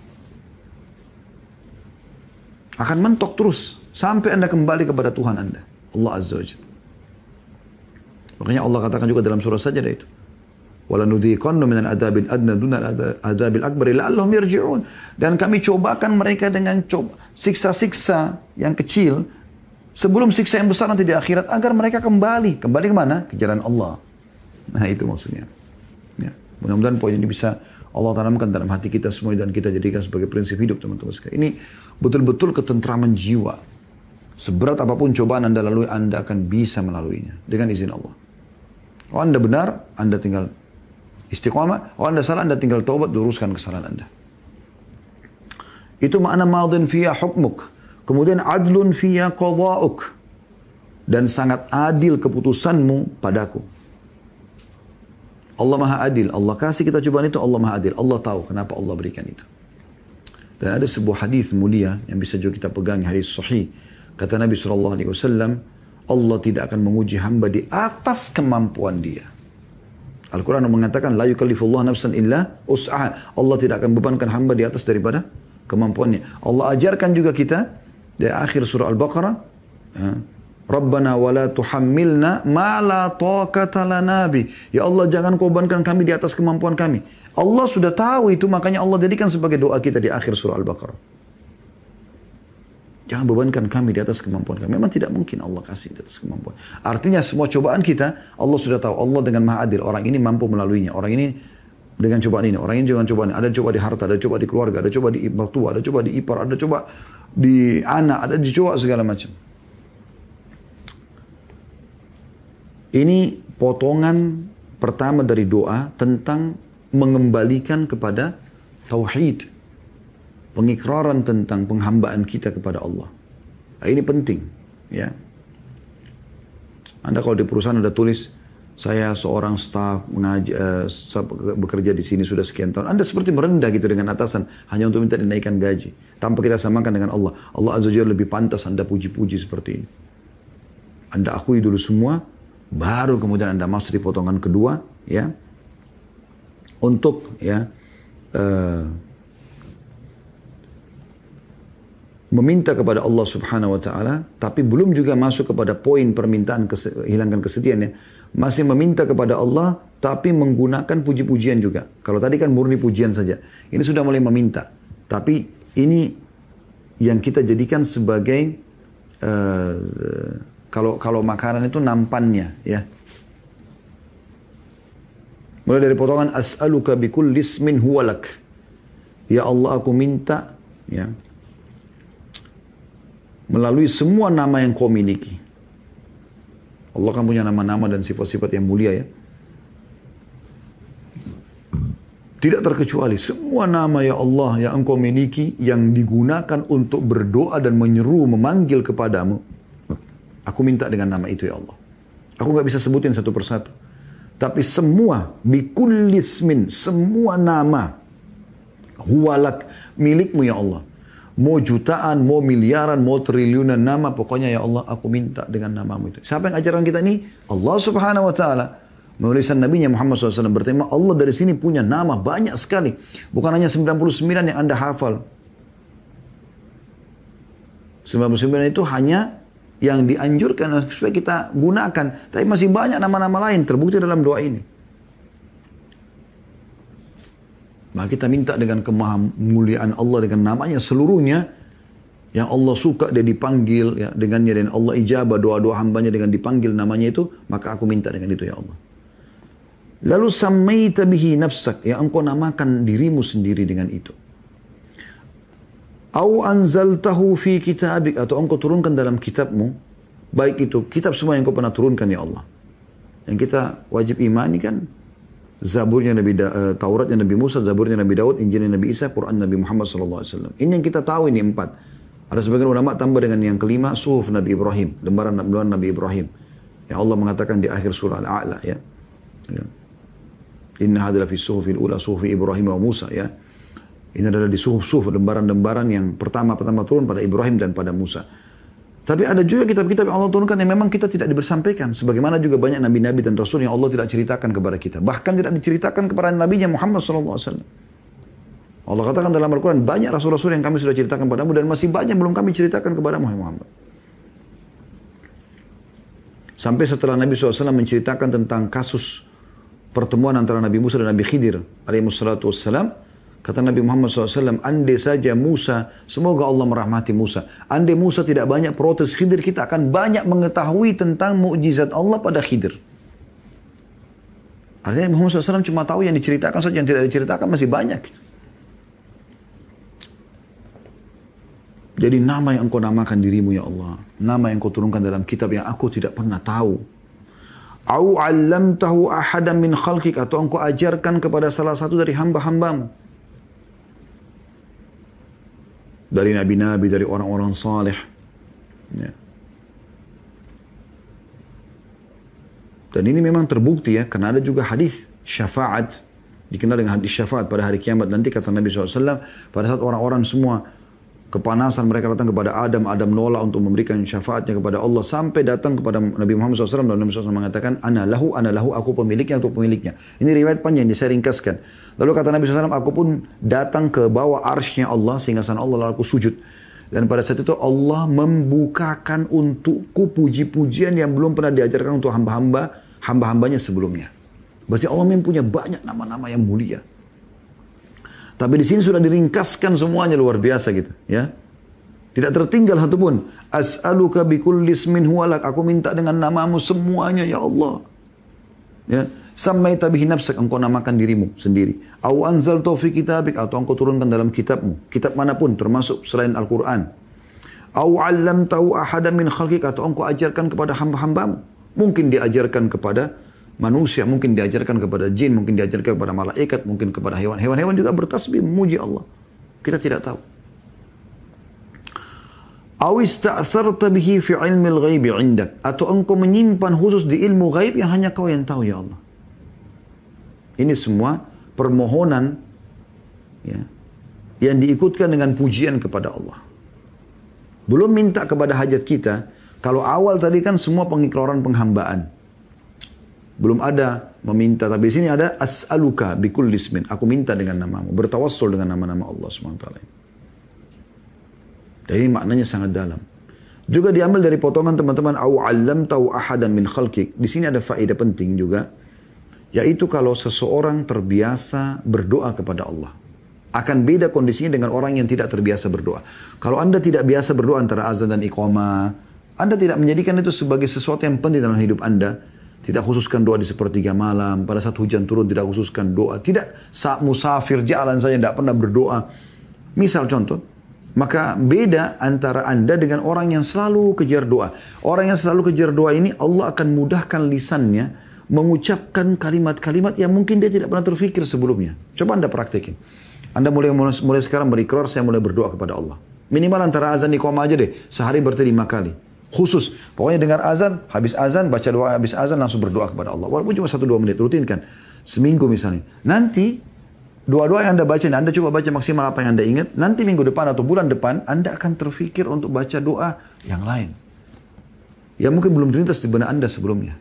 Akan mentok terus. Sampai Anda kembali kepada Tuhan Anda. Allah Azza wa Jalla. Makanya Allah katakan juga dalam surah Sajdah itu. وَلَنُذِيقَنَّ مِنَ الْعَذَابِ الْأَدْنَى دُونَ الْعَذَابِ الْأَكْبَرِ لَعَلَّهُمْ يَرْجِعُونَ. Dan kami cobakan mereka dengan coba, siksa-siksa yang kecil. Sebelum siksa yang besar nanti di akhirat. Agar mereka kembali. Kembali kemana? Ke jalan Allah. Nah itu maksudnya. Ya. Mudah-mudahan poin ini bisa Allah tanamkan dalam hati kita semua dan kita jadikan sebagai prinsip hidup teman-teman sekalian. Ini betul-betul ketentraman jiwa. Seberat apapun cobaan Anda lalui, Anda akan bisa melaluinya dengan izin Allah. Kalau Anda benar, Anda tinggal istiqamah. Kalau Anda salah, Anda tinggal taubat, luruskan kesalahan Anda. Itu makna madin fiya hukmuk. Kemudian adlun fiya qada'uk. Dan sangat adil keputusanmu padaku. Allah Maha Adil. Allah kasih kita cobaan itu, Allah Maha Adil. Allah tahu kenapa Allah berikan itu. Dan ada sebuah hadis mulia yang bisa juga kita pegang, hadis sahih. Kata Nabi shallallahu alaihi wasallam, Allah tidak akan menguji hamba di atas kemampuan dia. Al-Quran mengatakan, la yukallifullah nafsan illa us'aha. Allah tidak akan bebankan hamba di atas daripada kemampuannya. Allah ajarkan juga kita di akhir surah Al-Baqarah, ya, Rabbana wa la tuhammilna ma la taqata lana bi. Ya Allah, jangan kau bebankan kami di atas kemampuan kami. Allah sudah tahu itu, makanya Allah jadikan sebagai doa kita di akhir surah Al-Baqarah. Jangan bebankan kami di atas kemampuan kami. Memang tidak mungkin Allah kasih di atas kemampuan. Artinya semua cobaan kita, Allah sudah tahu. Allah dengan Maha Adil. Orang ini mampu melaluinya. Orang ini dengan cobaan ini. Orang ini dengan cobaan ini. Ada coba di harta, ada coba di keluarga, ada coba di mertua, ada coba di ipar, ada coba di anak, ada dicoba segala macam. Ini potongan pertama dari doa tentang mengembalikan kepada tauhid, pengikraran tentang penghambaan kita kepada Allah. Nah, ini penting, ya. Anda kalau di perusahaan ada tulis, saya seorang staf mengaji, uh, bekerja di sini sudah sekian tahun. Anda seperti merendah gitu dengan atasan hanya untuk minta dinaikkan gaji, tanpa kita samakan dengan Allah. Allah Azza wa Jalla lebih pantas Anda puji-puji seperti ini. Anda akui dulu semua, baru kemudian Anda masuk di potongan kedua, ya, untuk ya uh, meminta kepada Allah Subhanahu Wa Taala, tapi belum juga masuk kepada poin permintaan kes hilangkan kesedihan, ya, masih meminta kepada Allah, tapi menggunakan puji-pujian juga. Kalau tadi kan murni pujian saja, ini sudah mulai meminta, tapi ini yang kita jadikan sebagai uh, kalau kalau makanan itu nampannya, ya. Mulai dari potongan as'aluka bikulli ismin huwalak. Ya Allah, aku minta, ya, melalui semua nama yang kau miliki. Allah kan punya nama-nama dan sifat-sifat yang mulia, ya. Tidak terkecuali semua nama ya Allah yang engkau miliki yang digunakan untuk berdoa dan menyeru, memanggil kepadamu. Aku minta dengan nama itu ya Allah. Aku gak bisa sebutin satu persatu. Tapi semua, bikulli ismin, semua nama, huwalak, milikmu ya Allah. Mau jutaan, mau miliaran, mau triliunan nama, pokoknya ya Allah aku minta dengan namamu itu. Siapa yang ajarkan kita ini? Allah subhanahu wa ta'ala. Melalui Nabi Muhammad shallallahu alaihi wasallam bertema, Allah dari sini punya nama banyak sekali. Bukan hanya sembilan puluh sembilan yang Anda hafal. sembilan puluh sembilan itu hanya yang dianjurkan supaya kita gunakan. Tapi masih banyak nama-nama lain terbukti dalam doa ini. Maka kita minta dengan kemahamuliaan Allah, dengan namanya seluruhnya, yang Allah suka dia dipanggil, ya, dengannya, dan Allah ijabah doa-doa hambanya dengan dipanggil namanya itu, maka aku minta dengan itu ya Allah. Lalu sammaita bihi nafsak, yang engkau namakan dirimu sendiri dengan itu. Au anzaltahu fi kitabik, atau engkau turunkan dalam kitabmu, baik itu kitab semua yang engkau pernah turunkan ya Allah. Yang kita wajib imani kan Zaburnya Nabi da, uh, Tauratnya Nabi Musa, Zaburnya Nabi Daud, Injilnya Nabi Isa, Quran Nabi Muhammad sallallahu alaihi wasallam. Ini yang kita tahu, ini empat. Ada sebagian ulama tambah dengan yang kelima, suhuf Nabi Ibrahim, lembaran-lembaran Nabi Ibrahim. Ya Allah mengatakan di akhir surah Al-A'la, ya. Ya. Inna hadalah fi suhufil ula suhufi Ibrahim wa Musa, ya. Ini adalah di suhuf-suhuf, lembaran-lembaran yang pertama-pertama turun pada Ibrahim dan pada Musa. Tapi ada juga kitab-kitab yang Allah turunkan yang memang kita tidak dibersampaikan. Sebagaimana juga banyak nabi-nabi dan rasul yang Allah tidak ceritakan kepada kita. Bahkan tidak diceritakan kepada nabinya Muhammad sallallahu alaihi wasallam. Allah katakan dalam Al-Quran, banyak rasul-rasul yang kami sudah ceritakan kepadamu dan masih banyak belum kami ceritakan kepada Muhammad. Sampai setelah Nabi shallallahu alaihi wasallam menceritakan tentang kasus pertemuan antara Nabi Musa dan Nabi Khidir alaihi wassalatu wassalam, kata Nabi Muhammad shallallahu alaihi wasallam, andai saja Musa, semoga Allah merahmati Musa, andai Musa tidak banyak protes Khidir, kita akan banyak mengetahui tentang mukjizat Allah pada Khidir. Artinya Muhammad shallallahu alaihi wasallam cuma tahu yang diceritakan saja, yang tidak diceritakan masih banyak. Jadi nama yang engkau namakan dirimu ya Allah, nama yang engkau turunkan dalam kitab yang aku tidak pernah tahu. Au 'allamtahu ahadan min khalqik, atau engkau ajarkan kepada salah satu dari hamba-hambamu. Dari nabi-nabi, dari orang-orang saleh. Ya. Dan ini memang terbukti ya, karena ada juga hadis syafaat, dikenal dengan hadis syafaat pada hari kiamat nanti, kata Nabi shallallahu alaihi wasallam, pada saat orang-orang semua kepanasan, mereka datang kepada Adam, Adam menolak untuk memberikan syafaatnya kepada Allah, sampai datang kepada Nabi Muhammad shallallahu alaihi wasallam, dan Nabi shallallahu alaihi wasallam mengatakan, ana lahu, ana lahu, aku pemiliknya, untuk pemiliknya. Ini riwayat panjang, saya ringkaskan. Lalu kata Nabi shallallahu alaihi wasallam, aku pun datang ke bawah arsy-Nya Allah, singgasana Allah, lalu aku sujud. Dan pada saat itu Allah membukakan untukku puji-pujian yang belum pernah diajarkan untuk hamba-hamba, hamba-hambanya sebelumnya. Berarti Allah memang punya banyak nama-nama yang mulia. Tapi di sini sudah diringkaskan semuanya luar biasa gitu, ya. Tidak tertinggal satu pun. As'aluka bikulli ismin huwalak, aku minta dengan namamu semuanya ya Allah. Ya. Sammaita bihi nafsak, engkau namakan dirimu sendiri. Au anzaltahu fi kitabik, atau engkau turunkan dalam kitabmu, kitab manapun termasuk selain Al-Qur'an. Au 'allamtahu ahadan min khalqik, atau engkau ajarkan kepada hamba-hambamu. Mungkin diajarkan kepada manusia, mungkin diajarkan kepada jin, mungkin diajarkan kepada malaikat, mungkin kepada hewan. Hewan-hewan juga bertasbih memuji Allah. Kita tidak tahu. Aw ista'tharta bihi fi 'ilmil ghaibi 'indak, atau engkau menyimpan khusus di ilmu ghaib yang hanya kau yang tahu ya Allah. Ini semua permohonan, ya, yang diikutkan dengan pujian kepada Allah. Belum minta kepada hajat kita. Kalau awal tadi kan semua pengikraran penghambaan. Belum ada meminta, tapi di sini ada as'aluka bikulli ismin, aku minta dengan namamu, bertawassul dengan nama-nama Allah subhanahu wa taala. Jadi maknanya sangat dalam. Juga diambil dari potongan teman-teman, au 'allamtahu ahadan min khalqik. Di sini ada faedah penting juga, yaitu kalau seseorang terbiasa berdoa kepada Allah, Akan beda kondisinya dengan orang yang tidak terbiasa berdoa. Kalau Anda tidak biasa berdoa antara azan dan iqamah, Anda tidak menjadikan itu sebagai sesuatu yang penting dalam hidup Anda. Tidak khususkan doa di sepertiga malam, pada saat hujan turun tidak khususkan doa. Tidak saat musafir jalan saja tidak pernah berdoa. Misal contoh, maka beda antara Anda dengan orang yang selalu kejar doa. Orang yang selalu kejar doa ini Allah akan mudahkan lisannya mengucapkan kalimat-kalimat yang mungkin dia tidak pernah terfikir sebelumnya. Coba Anda praktekin. Anda mulai mulai, mulai sekarang berikrar, saya mulai berdoa kepada Allah. Minimal antara azan iqamah aja deh, sehari berarti lima kali. Khusus, pokoknya dengar azan, habis azan, baca doa, habis azan langsung berdoa kepada Allah. Walaupun cuma satu dua menit, rutinkan. Seminggu misalnya. Nanti, doa-doa yang Anda baca, Anda coba baca maksimal apa yang Anda ingat. Nanti minggu depan atau bulan depan, Anda akan terfikir untuk baca doa yang lain. Yang mungkin belum terlintas di benak Anda sebelumnya.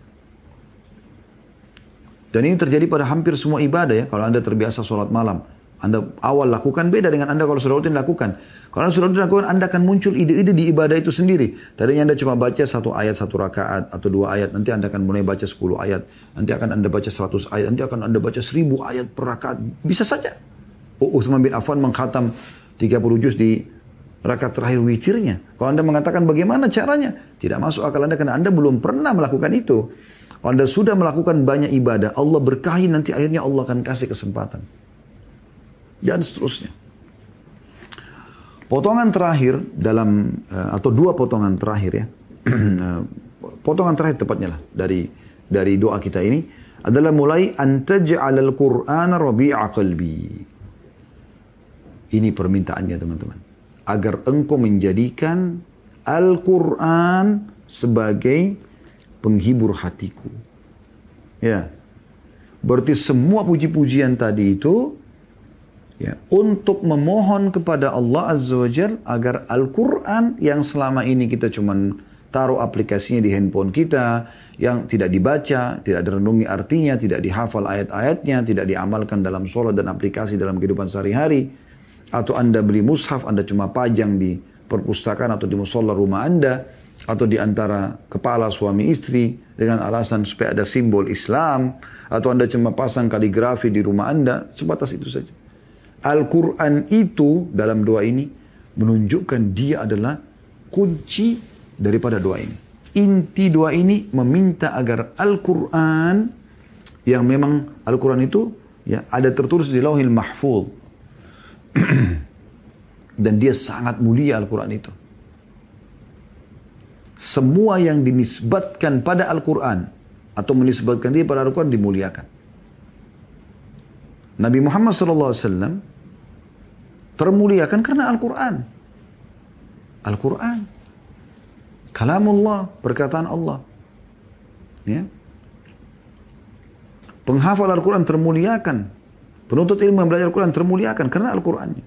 Dan ini terjadi pada hampir semua ibadah ya. Kalau Anda terbiasa sholat malam, Anda awal lakukan beda dengan Anda kalau sudah rutin lakukan. Kalau Anda sudah rutin lakukan, Anda akan muncul ide-ide di ibadah itu sendiri. Tadinya Anda cuma baca satu ayat, satu rakaat, atau dua ayat. Nanti Anda akan mulai baca sepuluh ayat. Nanti akan Anda baca seratus ayat. Nanti akan Anda baca seribu ayat per rakaat. Bisa saja. Oh, Uthman bin Affan mengkhatam tiga puluh juz di rakaat terakhir witirnya. Kalau Anda mengatakan bagaimana caranya? Tidak masuk akal Anda karena Anda belum pernah melakukan itu. Kalau Anda sudah melakukan banyak ibadah, Allah berkahi, nanti akhirnya Allah akan kasih kesempatan. Dan seterusnya. Potongan terakhir dalam, atau dua potongan terakhir ya. Potongan terakhir tepatnya lah dari dari doa kita ini adalah mulai antaj'alal Qur'ana rabi'a qalbi. Ini permintaannya teman-teman. Agar engkau menjadikan Al-Quran sebagai penghibur hatiku. Ya. Berarti semua puji-pujian tadi itu ya, untuk memohon kepada Allah Azza wa Jal agar Al-Quran yang selama ini kita cuman taruh aplikasinya di handphone kita, yang tidak dibaca, tidak direnungi artinya, tidak dihafal ayat-ayatnya, tidak diamalkan dalam sholat dan aplikasi dalam kehidupan sehari-hari, atau Anda beli mushaf, Anda cuma pajang di perpustakaan atau di musola rumah Anda, atau di antara kepala suami istri dengan alasan supaya ada simbol Islam, atau Anda cuma pasang kaligrafi di rumah Anda, sebatas itu saja. Al-Quran itu dalam doa ini menunjukkan dia adalah kunci daripada doa ini. Inti doa ini meminta agar Al-Quran, yang memang Al-Quran itu ya ada tertulis di Lauhil Mahfuz, dan dia sangat mulia Al-Quran itu. Semua yang dinisbatkan pada Al-Quran atau menisbatkan dia pada Al-Quran dimuliakan. Nabi Muhammad shallallahu alaihi wasallam termuliakan karena Al-Quran. Al-Quran. Kalamullah, perkataan Allah. Ya. Penghafal Al-Quran termuliakan. Penuntut ilmu yang belajar Al-Quran termuliakan karena Al-Qurannya.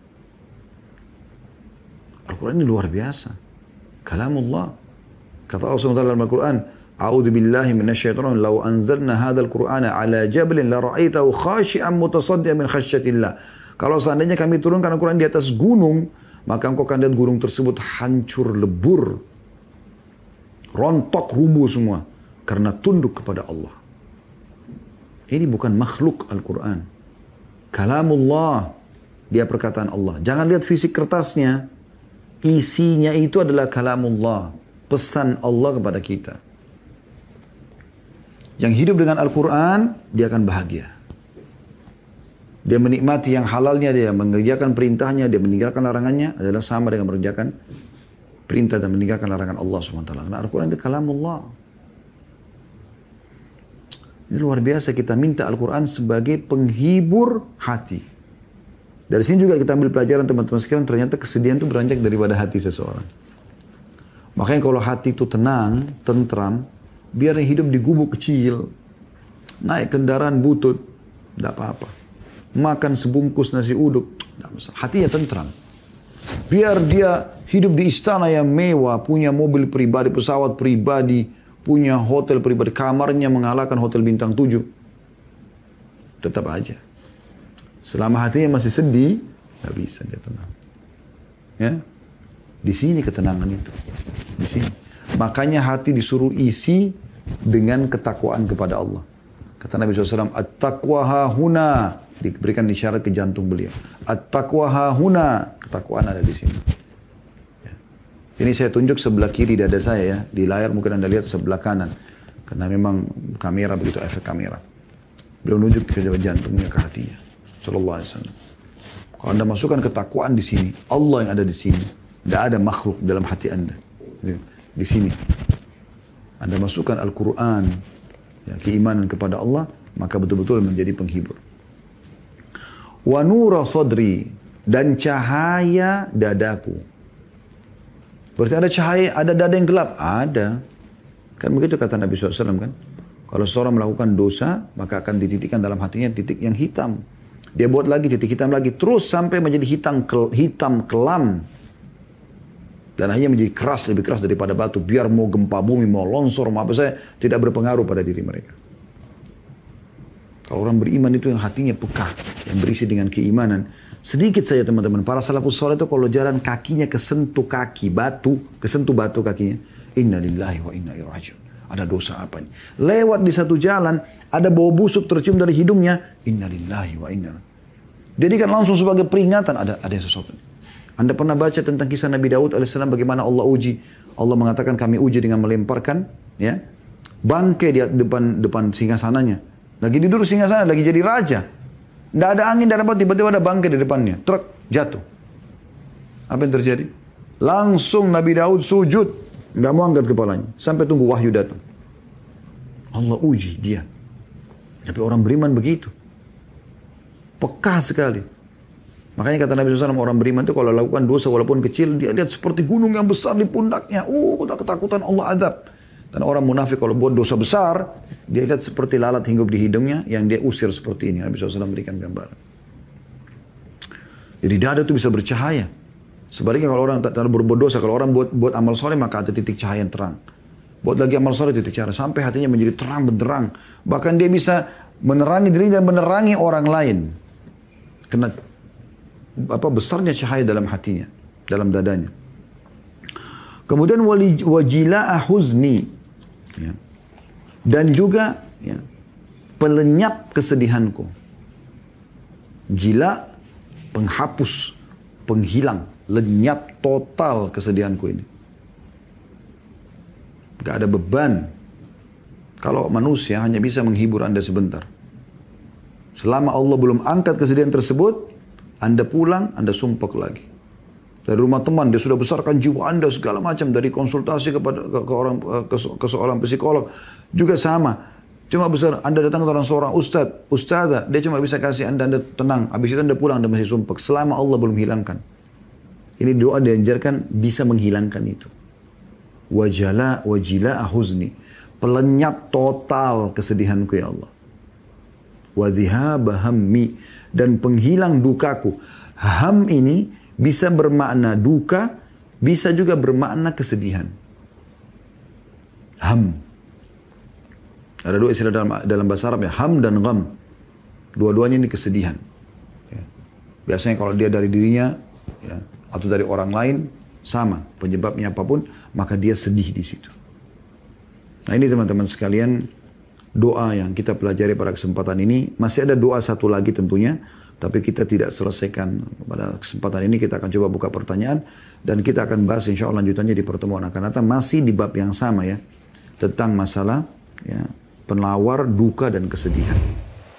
Al-Quran ini luar biasa. Kalamullah. Kata Allah subhanahu wa taala dalam Al-Quran, A'udzu billahi minasyaitonir rajim, law anzalna hadzal Qur'ana 'ala jabalin la ra'aitahu khashi'an mutasaddian min khasyatillah. Kalau seandainya kami turunkan Al-Quran di atas gunung, maka engkau akan lihat gunung tersebut hancur lebur, rontok rubuh semua karena tunduk kepada Allah. Ini bukan makhluk Al-Quran. Kalamullah, dia perkataan Allah. Jangan lihat fisik kertasnya, isinya itu adalah kalamullah. Pesan Allah kepada kita. Yang hidup dengan Al-Quran, dia akan bahagia. Dia menikmati yang halalnya, dia mengerjakan perintahnya, dia meninggalkan larangannya, adalah sama dengan mengerjakan perintah dan meninggalkan larangan Allah subhanahu wa taala. Karena Al-Quran itu kalamullah. Ini luar biasa, kita minta Al-Quran sebagai penghibur hati. Dari sini juga kita ambil pelajaran teman-teman sekalian, ternyata kesedihan itu beranjak daripada hati seseorang. Makanya kalau hati itu tenang, tentram, biar hidup di gubuk kecil, naik kendaraan butut, tidak apa-apa. Makan sebungkus nasi uduk, tidak masalah. Hatinya tentram. Biar dia hidup di istana yang mewah, punya mobil pribadi, pesawat pribadi, punya hotel pribadi, kamarnya mengalahkan hotel bintang tujuh. Tetap aja. Selama hatinya masih sedih, tidak bisa dia tenang. Ya. Di sini ketenangan itu. Di sini. Makanya hati disuruh isi dengan ketakwaan kepada Allah. Kata Nabi shallallahu alaihi wasallam, At-taqwa hahuna diberikan isyarat ke jantung beliau. At-taqwa hahuna, ketakwaan ada di sini. Ya. Ini saya tunjuk sebelah kiri dada saya ya, di layar mungkin Anda lihat sebelah kanan. Karena memang kamera begitu, efek kamera. Beliau nunjuk ke jantungnya, ke hatinya. Sallallahu alaihi wasallam. Kalau Anda masukkan ketakwaan di sini, Allah yang ada di sini. Tidak ada makhluk dalam hati Anda. Di sini. Anda masukkan Al-Quran, ya, keimanan kepada Allah, maka betul-betul menjadi penghibur. Wa nura sadri, dan cahaya dadaku. Berarti ada cahaya, ada dada yang gelap? Ada. Kan begitu kata Nabi shallallahu alaihi wasallam kan. Kalau seorang melakukan dosa, maka akan dititikkan dalam hatinya titik yang hitam. Dia buat lagi titik hitam lagi, terus sampai menjadi hitam, hitam kelam. Dan akhirnya menjadi keras, lebih keras daripada batu. Biar mau gempa bumi, mau longsor, mau apa saya, tidak berpengaruh pada diri mereka. Kalau orang beriman itu yang hatinya pekah, yang berisi dengan keimanan. Sedikit saja teman-teman, para salafus saleh itu kalau jalan kakinya kesentuh kaki batu, kesentuh batu kakinya. Inna lillahi wa inna ilaihi raji'un. Ada dosa apa ini? Lewat di satu jalan, ada bau busuk tercium dari hidungnya. Inna lillahi wa inna. Jadi kan langsung sebagai peringatan, ada ada sesuatu. Anda pernah baca tentang kisah Nabi Daud alaihissalam bagaimana Allah uji. Allah mengatakan kami uji dengan melemparkan ya bangkai di depan depan singgasananya. Lagi duduk singgasana, lagi jadi raja. Tidak ada angin, tidak ada apa, tiba-tiba ada bangkai di depannya. Truk, jatuh. Apa yang terjadi? Langsung Nabi Daud sujud. Nggak mau angkat kepalanya. Sampai tunggu wahyu datang. Allah uji dia. Tapi orang beriman begitu. Pekah sekali. Makanya kata Nabi shallallahu alaihi wasallam, orang beriman itu kalau lakukan dosa walaupun kecil, dia lihat seperti gunung yang besar di pundaknya. Uh, ketakutan Allah adab. Dan orang munafik kalau buat dosa besar, dia lihat seperti lalat hinggap di hidungnya yang dia usir seperti ini. Nabi shallallahu alaihi wasallam berikan gambaran. Jadi dada itu bisa bercahaya. Sebaliknya kalau orang tak berbuat dosa, kalau orang buat buat amal soleh maka ada titik cahaya yang terang. Buat lagi amal soleh titik cahaya sampai hatinya menjadi terang benderang. Bahkan dia bisa menerangi diri dan menerangi orang lain. Karena apa besarnya cahaya dalam hatinya, dalam dadanya. Kemudian wajila huzni, ya. Dan juga ya, pelenyap kesedihanku. Gila, penghapus, penghilang, lenyap total kesedihanku ini. Gak ada beban. Kalau manusia hanya bisa menghibur Anda sebentar. Selama Allah belum angkat kesedihan tersebut, Anda pulang, Anda sumpah lagi. Dari rumah teman, dia sudah besarkan jiwa Anda segala macam. Dari konsultasi kepada ke, ke orang ke, ke seorang psikolog juga sama. Cuma besar, Anda datang ke orang seorang ustadz, ustadzah, dia cuma bisa kasih Anda, Anda tenang. Habis itu Anda pulang, Anda masih sumpah. Selama Allah belum hilangkan. Ini doa diajarkan bisa menghilangkan itu. Wajala wajila huzni, pelenyap total kesedihanku ya Allah. Wadhihaba hammi, dan penghilang dukaku. Ham ini bisa bermakna duka, bisa juga bermakna kesedihan. Ham. Ada dua istilah dalam, dalam bahasa Arab ya, ham dan gham. Dua-duanya ini kesedihan. Ya. Biasanya kalau dia dari dirinya ya, atau dari orang lain, sama. Penyebabnya apapun, maka dia sedih di situ. Nah ini teman-teman sekalian, doa yang kita pelajari pada kesempatan ini. Masih ada doa satu lagi tentunya, tapi kita tidak selesaikan pada kesempatan ini. Kita akan coba buka pertanyaan dan kita akan bahas insya Allah lanjutannya di pertemuan akan datang. Masih di bab yang sama ya, tentang masalah ya, penawar duka dan kesedihan.